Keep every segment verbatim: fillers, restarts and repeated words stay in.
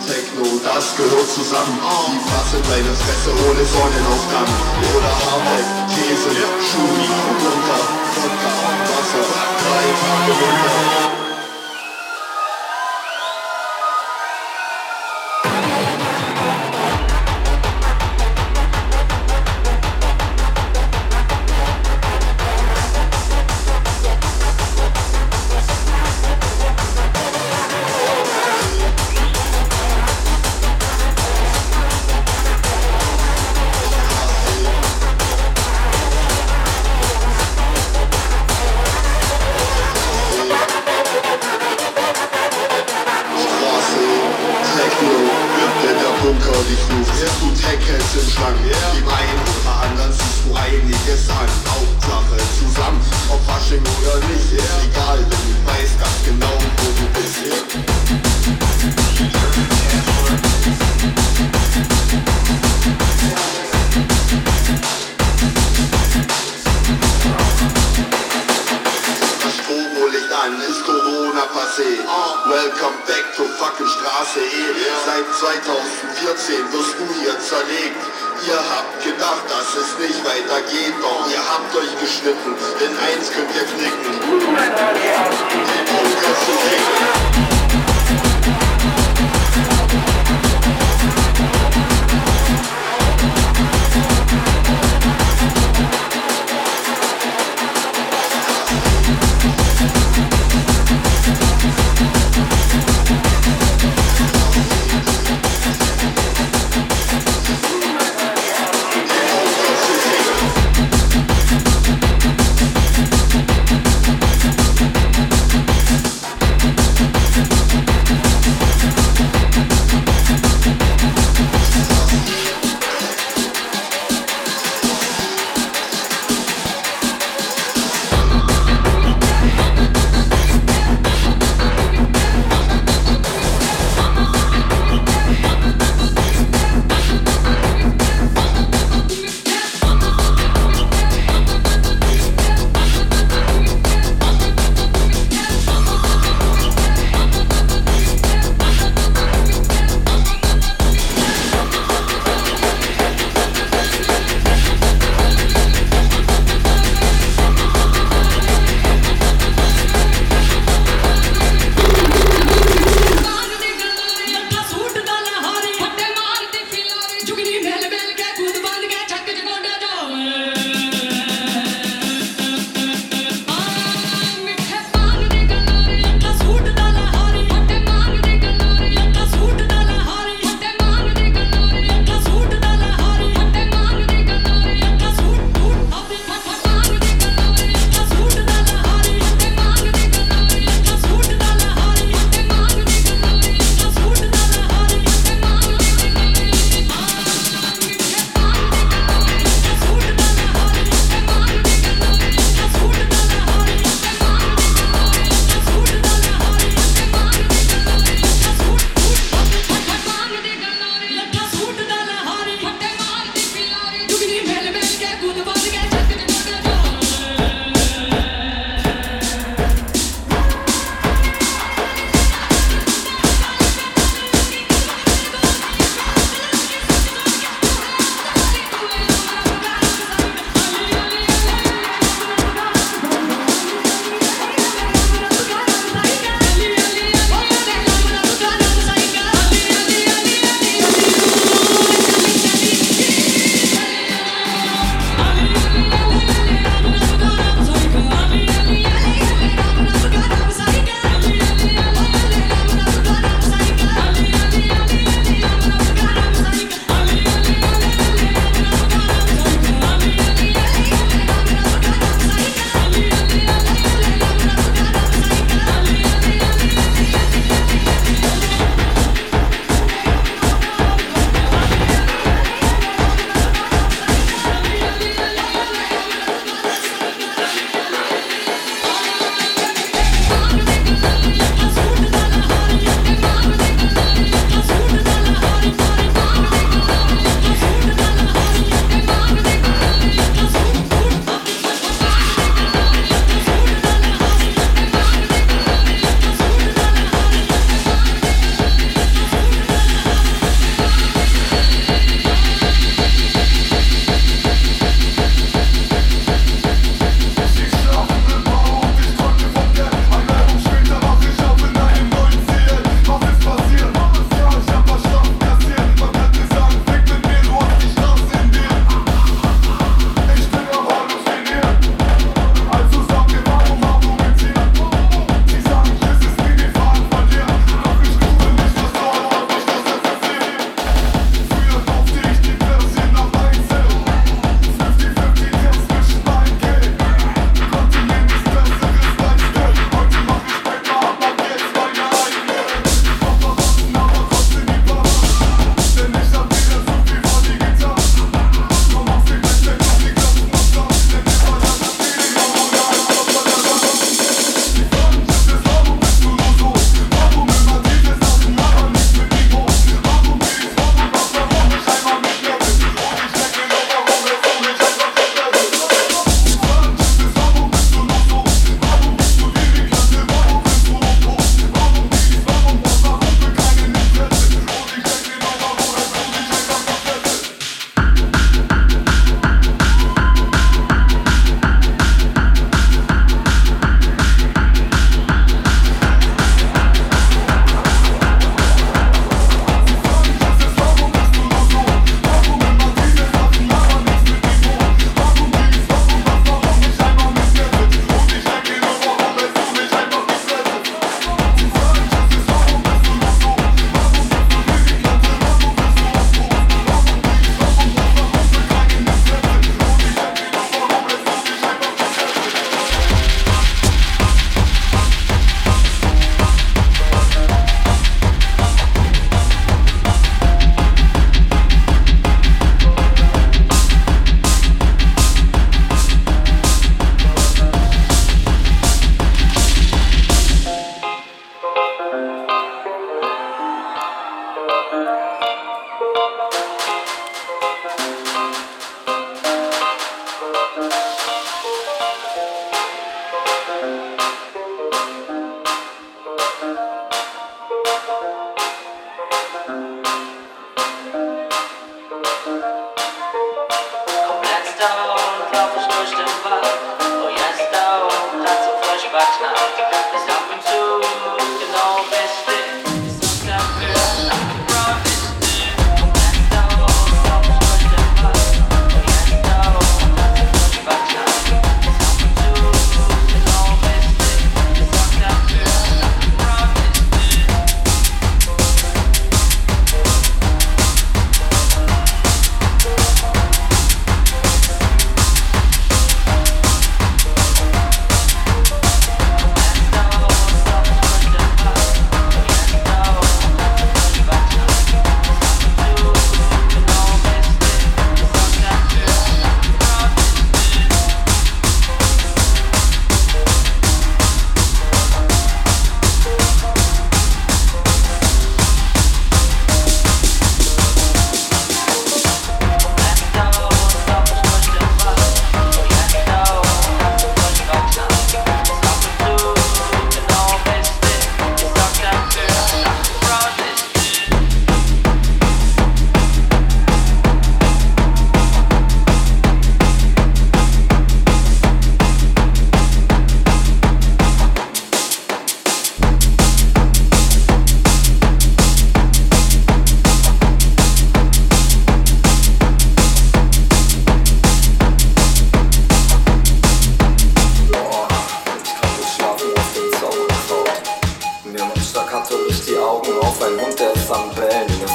Techno, das gehört zusammen. Die Fasse deine Fresse ohne Sonnenaufgang. Oder Hardback, Käse, Schumi, runter, Vodka, Wasser, drei Tage runter. Welcome back to fucking Straße E. Seit zweitausendvierzehn wirst du hier zerlegt. Ihr habt gedacht, dass es nicht weitergeht, doch ihr habt euch geschnitten, denn eins könnt ihr knicken. Den Bunker zu kriegen.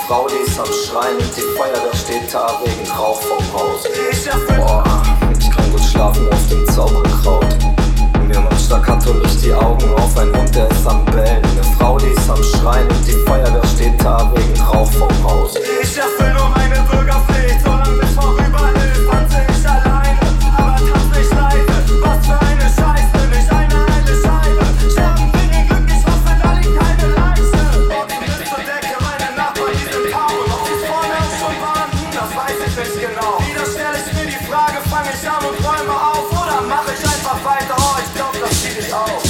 Frau, die ist am Schreien und die Feuerwehr steht da wegen Rauch vom Haus. Boah, ich kann gut schlafen auf dem Zauberkraut. Mir macht staccato durch die Augen auf, ein Hund, der ist am Bellen. Eine Frau, die ist am Schreien und die Feuerwehr steht da wegen Rauch vom Haus. Ich erfüll nur meine Bürgerpflicht, solange mich vorüber hilft, tanze ich alleine, aber tanz nicht leise. Was für eine Scheiße, nicht eine heile Scheibe. Sterben bin ich glücklich, was wenn da liegt keine Leiche. Boxen bis zur Decke, meine Nachbarn, die sind faul. Ob die vorne schon waren, das weiß ich nicht genau. Wieder stell ich mir die Frage, fang ich an und räume auf, oder mach ich einfach weiter? Oh, ich glaub, das zieh dich auf.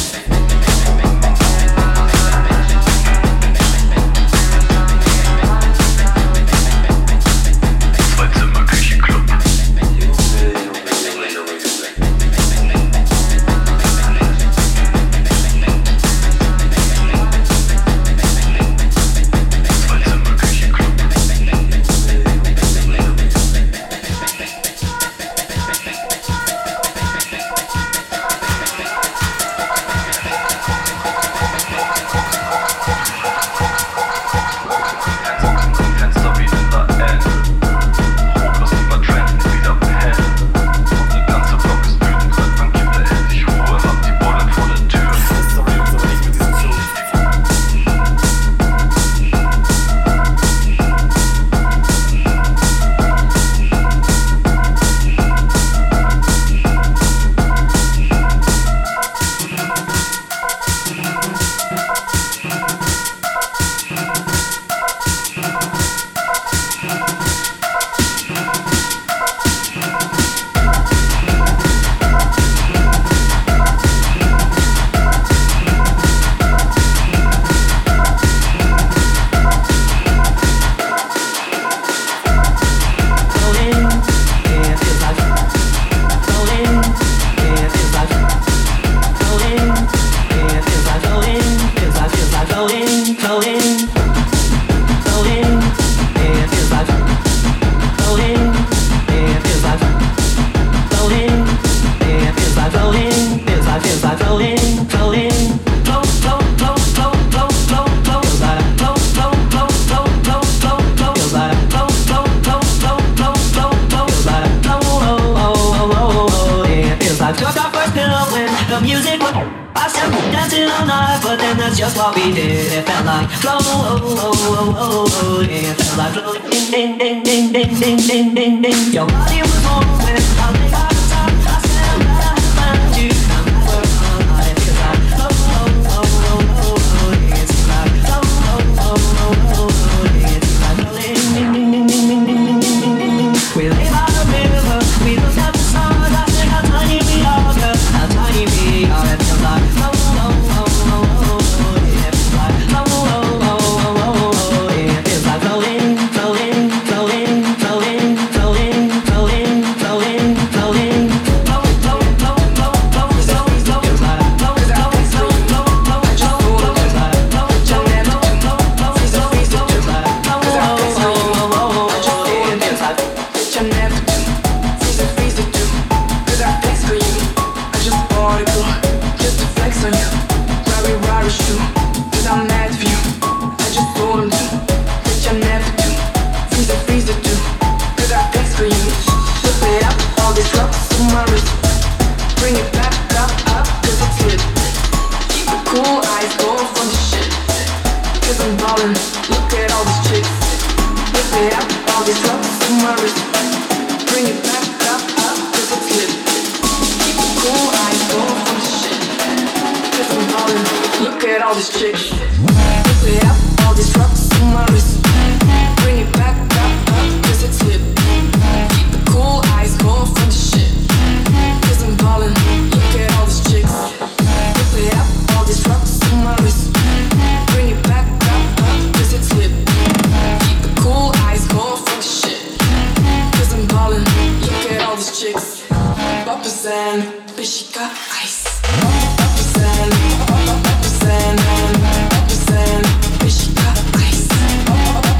Represent, represent, represent, bitch, you got ice.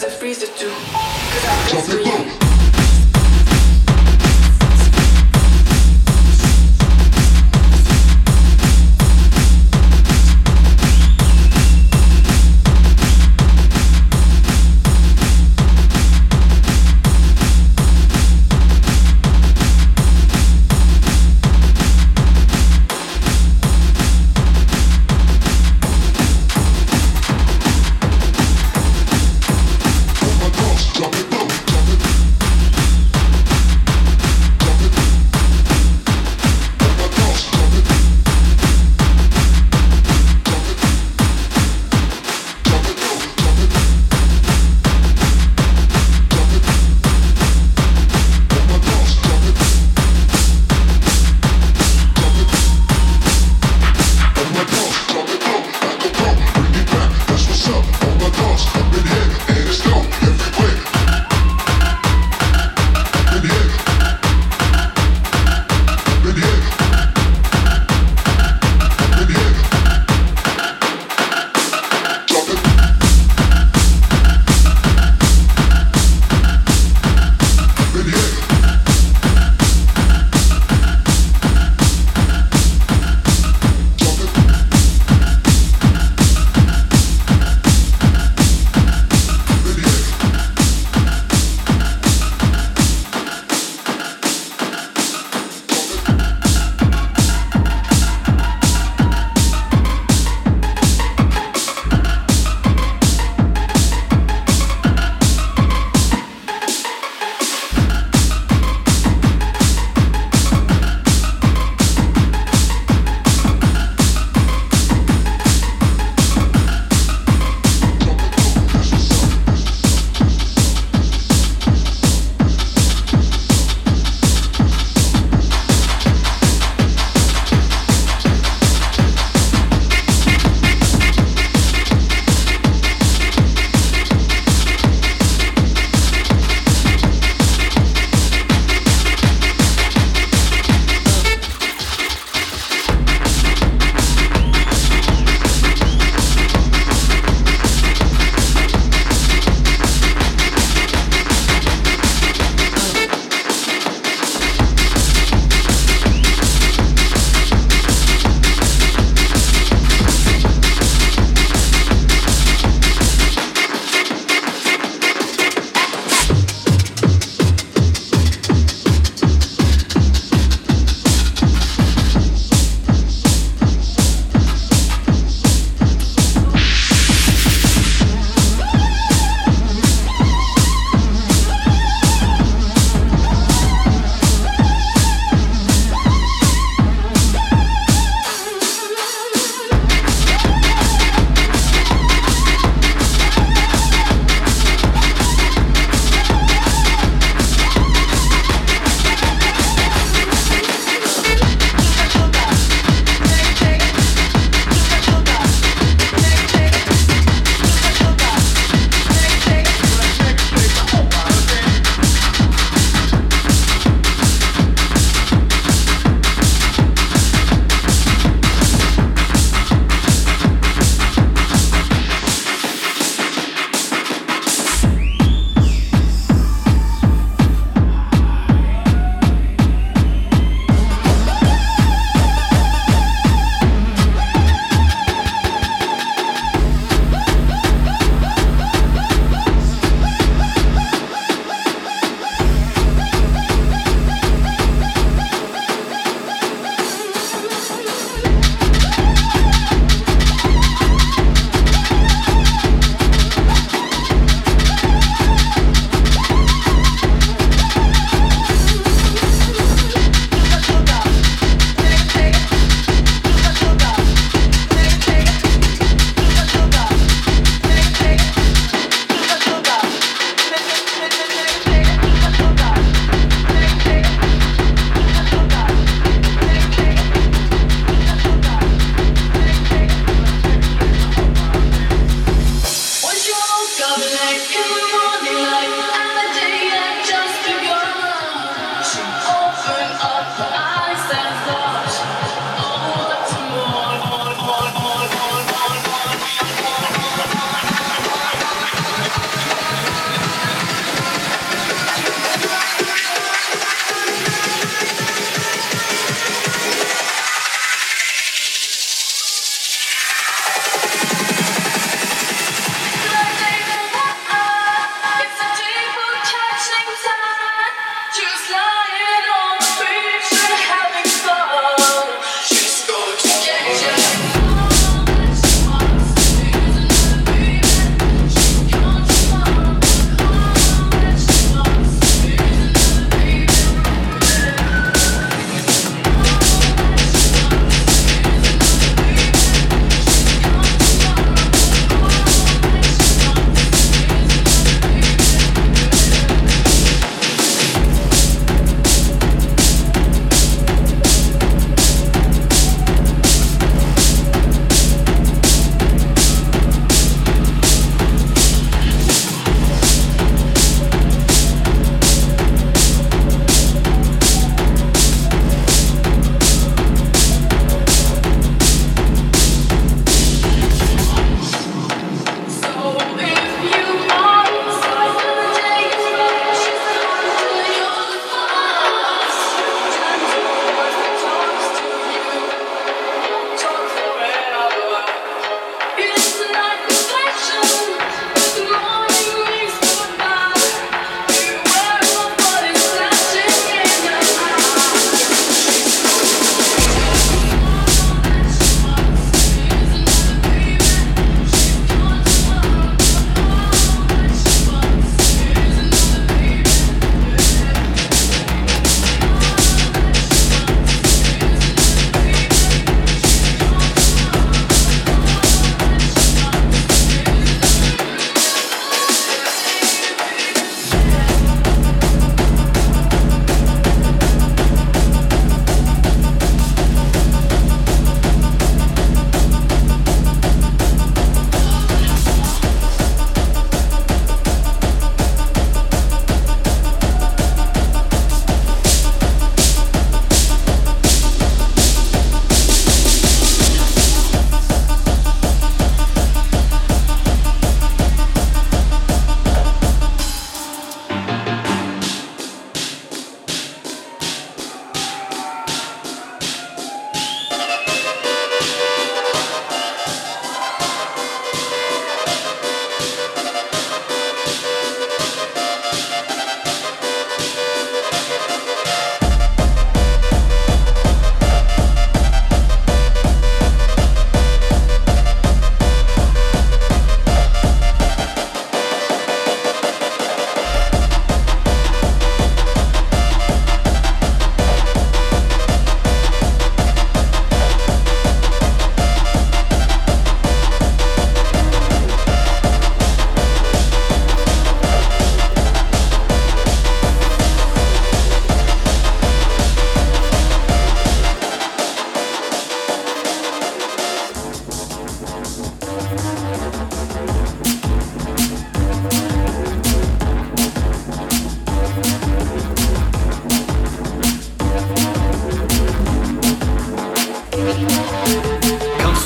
to freeze it too. Cause I dance for you. Drop it, boom, drop it.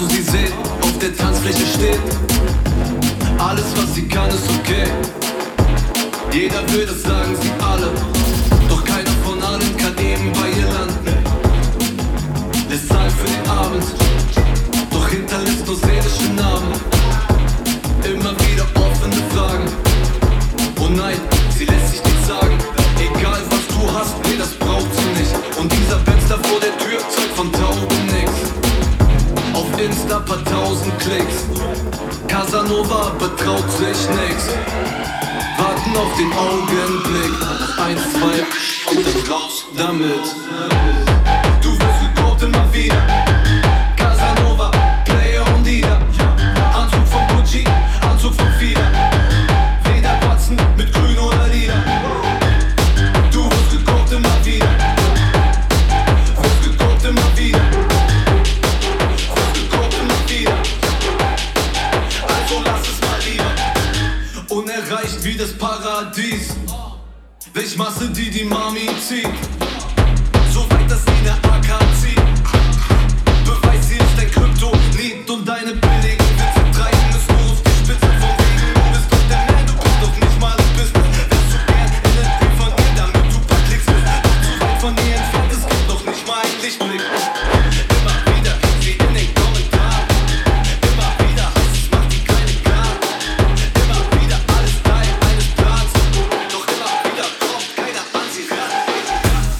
du sie seht, auf der Tanzfläche steht. Alles was sie kann ist okay. Jeder will das sagen, sie alle. Doch keiner von allen kann eben bei ihr landen. Lässt Zeit für den Abend, doch hinterlässt nur seelische Namen. Immer wieder offene Fragen. Oh nein, sie lässt sich nicht sagen. Egal was du hast, nee, das braucht sie nicht. Und dieser Fenster vor der Tür zeugt von Tauben nix. Auf Insta paar tausend Klicks. Casanova betraut sich nix. Warten auf den Augenblick. Eins, zwei und dann raus damit. Du wirst gekocht immer wieder. Casanova, Player und Ida. Anzug von Gucci, Anzug von Fida. Federpatzen mit grün oder lila. Du wirst gekocht immer wieder. Wirst gekocht immer wieder. Wirst gekocht immer wieder. Also lass es mal lieber. Unerreicht wie das Paradies. Welch Masse, die die Mami zieht. So weit, dass sie ne A K zieht. Beweis, sie ist dein Kryptonit. Und deine billigen Witze treiben es nur auf die Spitze. Von wegen, du bist doch der Man, du bist doch nicht mal im Business. Wärst du gern in den Brief von ihr, damit du paar Klicks bist. Doch zu weit von ihr entfernt, es gibt doch nicht mal einen Lichtblick. Immer wieder sie in den Kommentaren. Immer wieder heißt es, macht die keine klar. Immer wieder alles Teil eines Plans. Doch immer wieder kommt keiner an sie ran.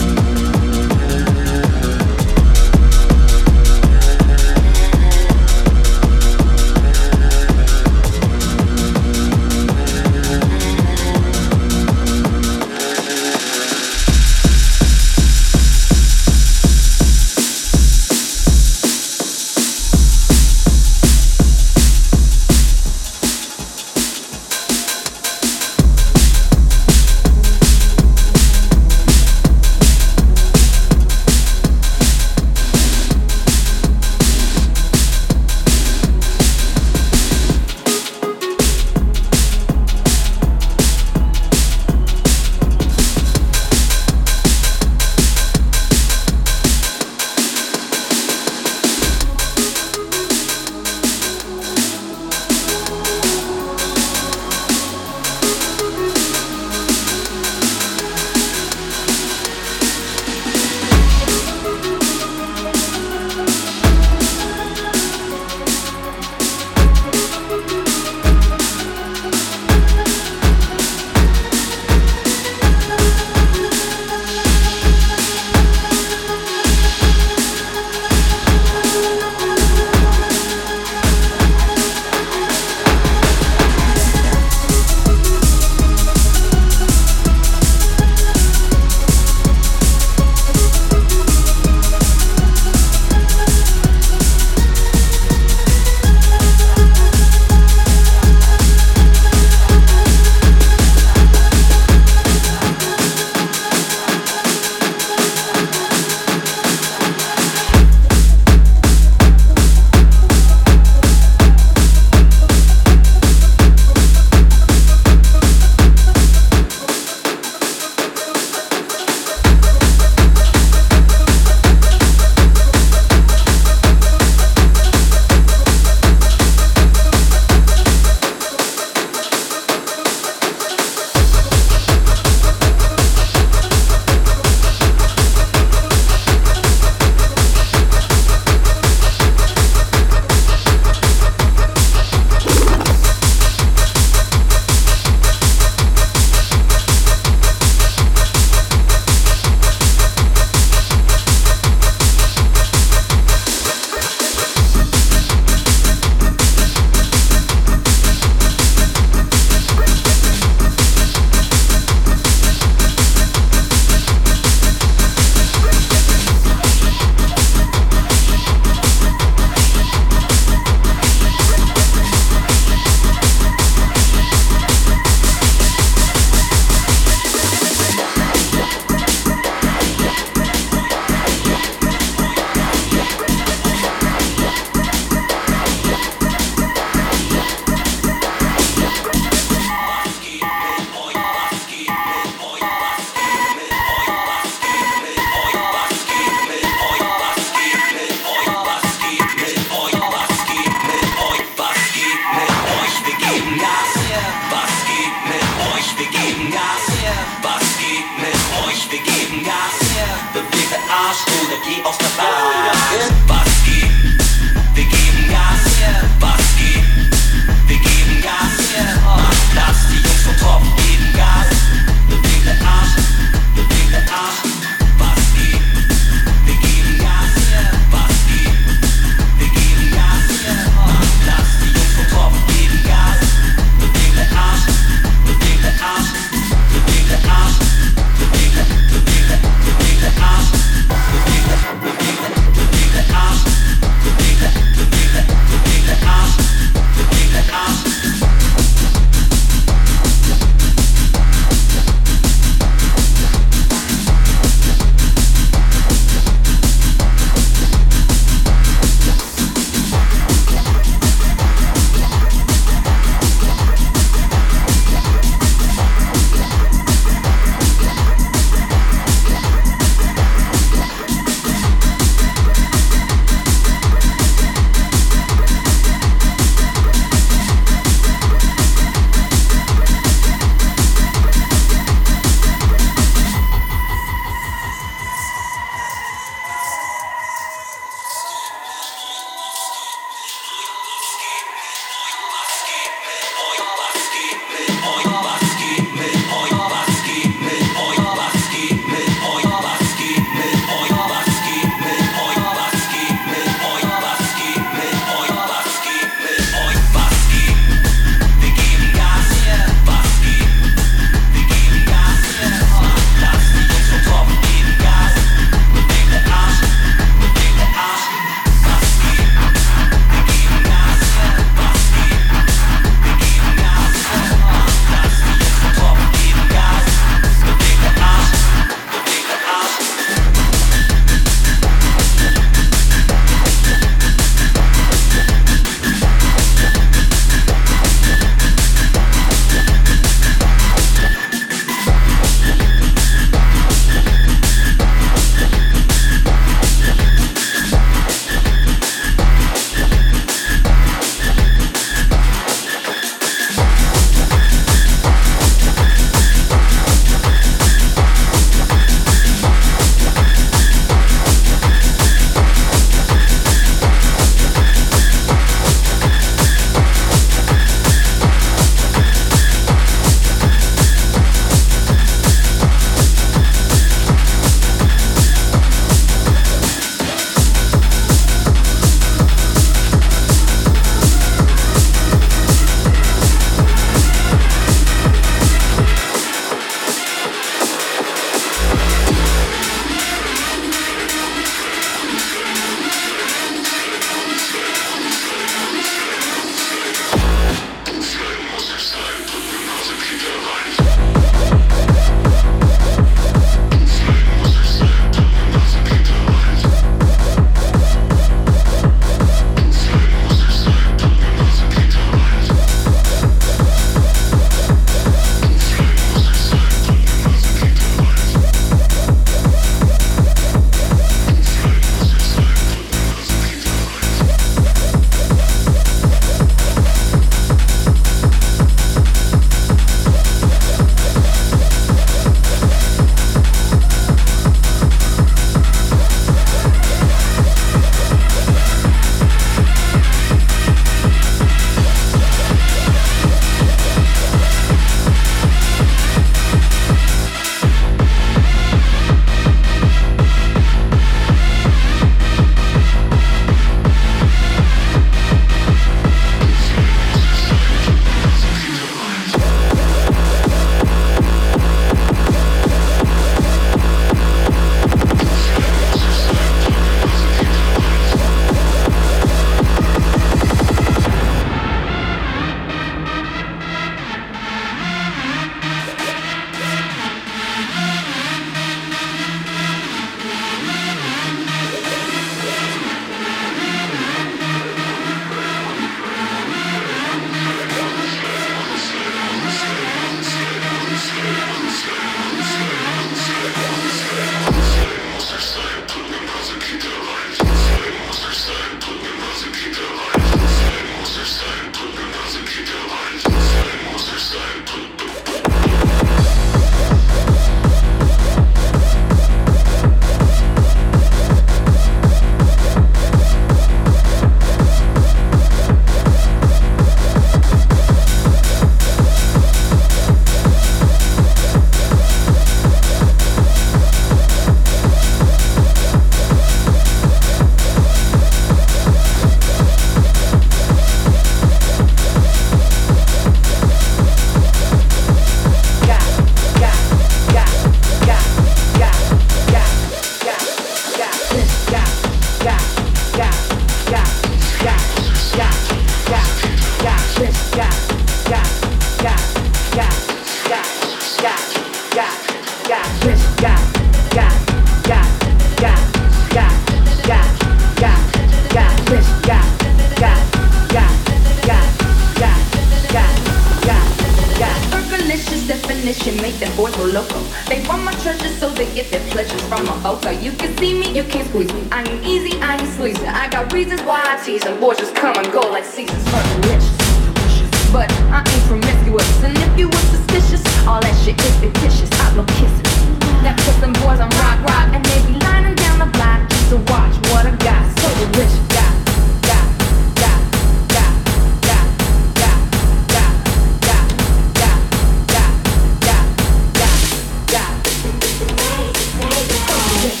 definition make them boys go loco. They want my treasures so they get their pleasures from my photo. You can see me, you can't squeeze me. I ain't easy, I ain't sleazy. I got reasons why I tease them. Boys just come and go like seasons for the rich. But I ain't promiscuous, and if you were suspicious, all that shit is fictitious. I blow kisses. That puts them boys on rock, rock, and they be lining down the block just to watch what I got. So delicious, got, got, got, got, got, got, got, got, got, got, got, got, got. It's so delicious.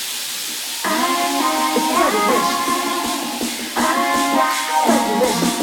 It's so delicious. So delicious.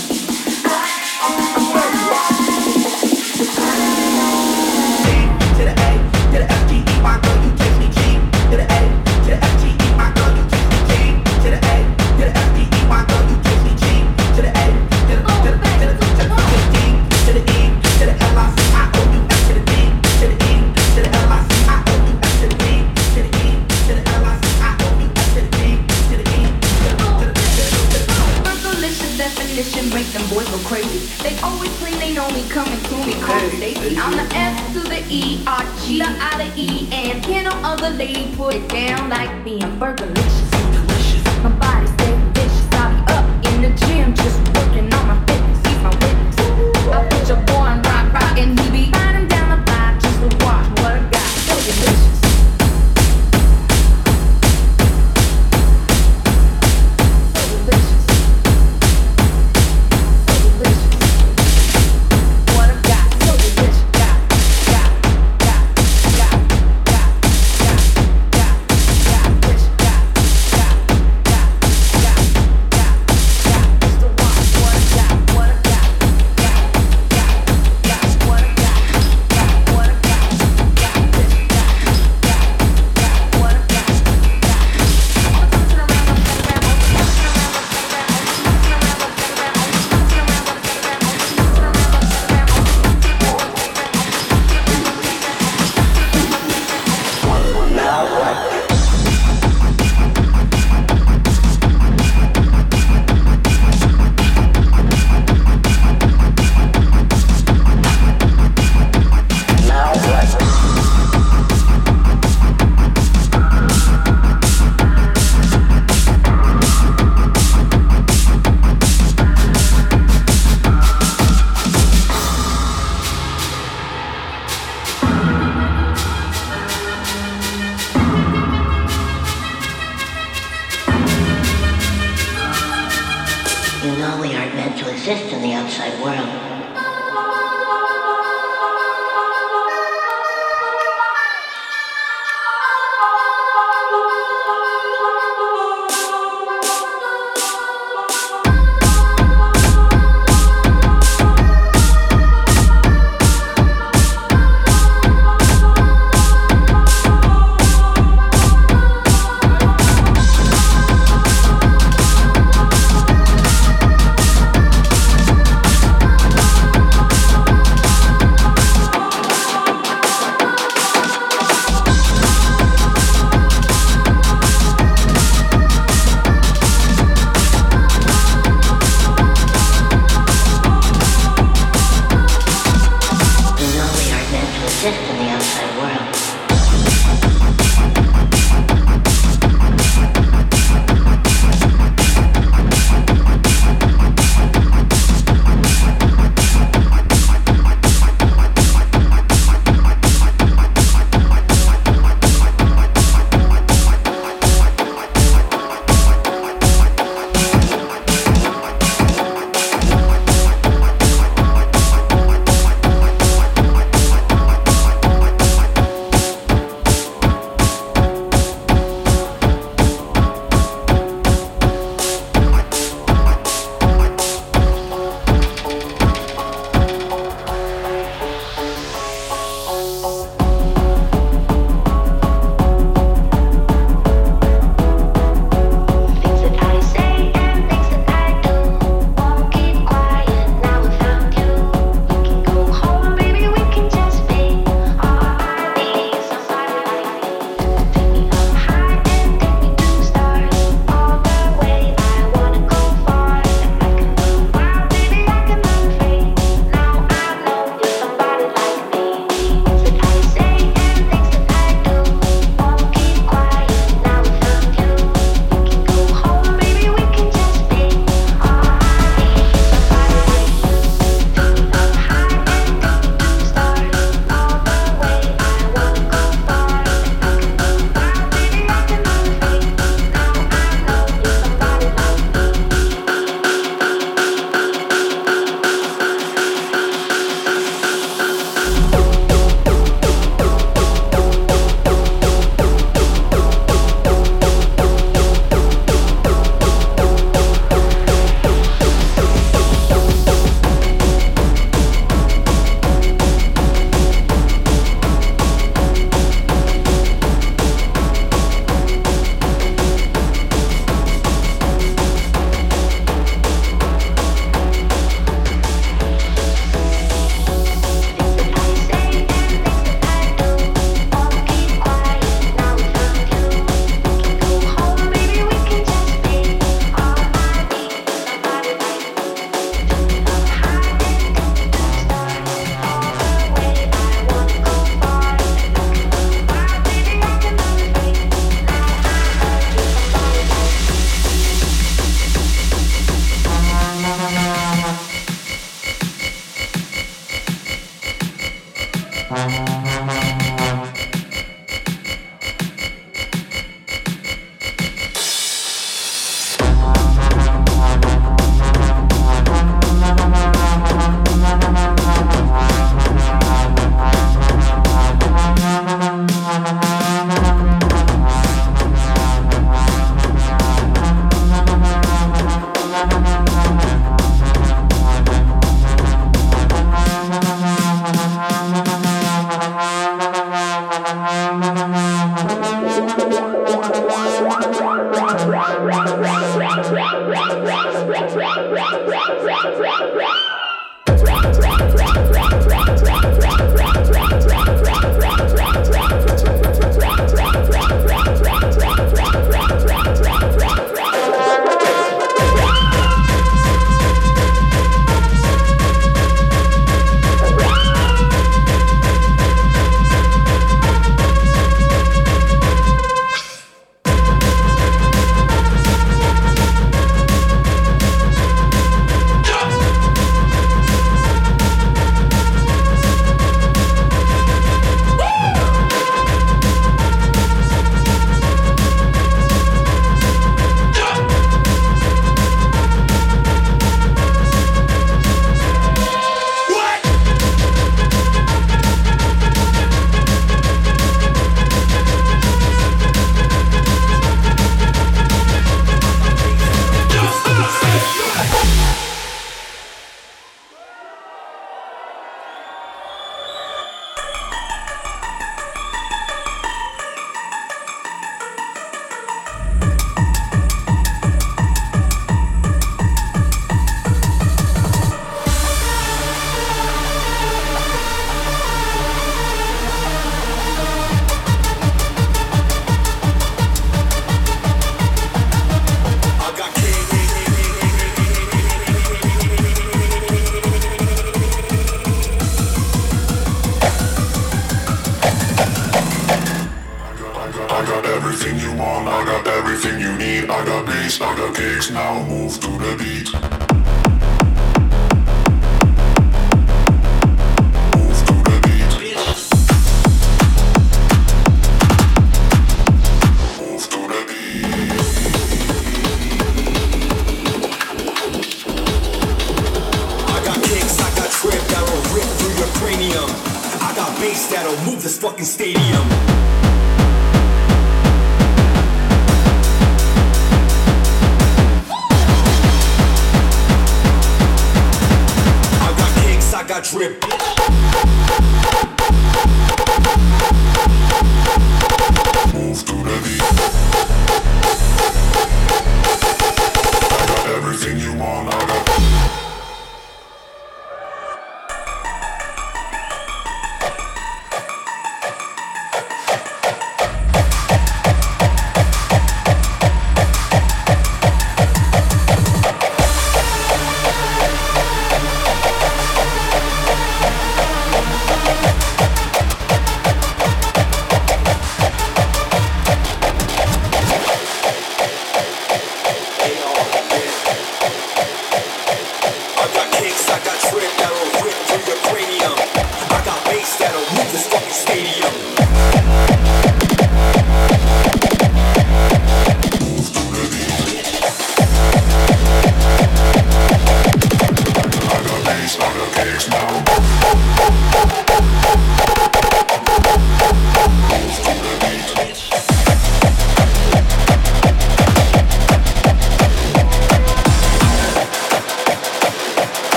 Make them boys go crazy. They always claim they know me, coming to me, call me Stacy. I'm the S to the E, R G, the I, the E, and can no other lady put it down like me. I'm burgerlicious, my body stay vicious. I'll be up in the gym just working on my fitness. He's my witness. I put your boy on rock, rock, and he be riding down the block just to watch what I got. So delicious.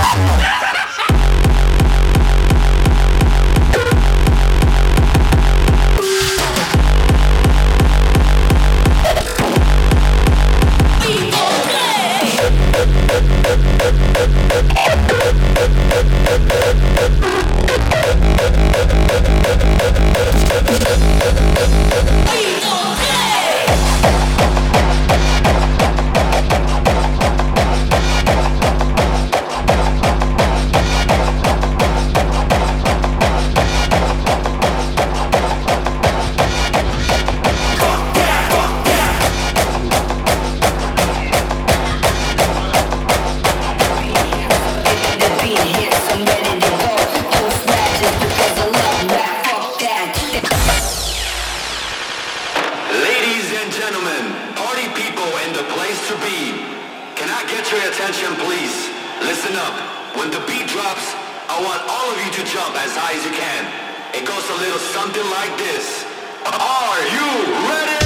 Attention please, listen up. When the beat drops, I want all of you to jump as high as you can. It goes a little something like this. Are you ready?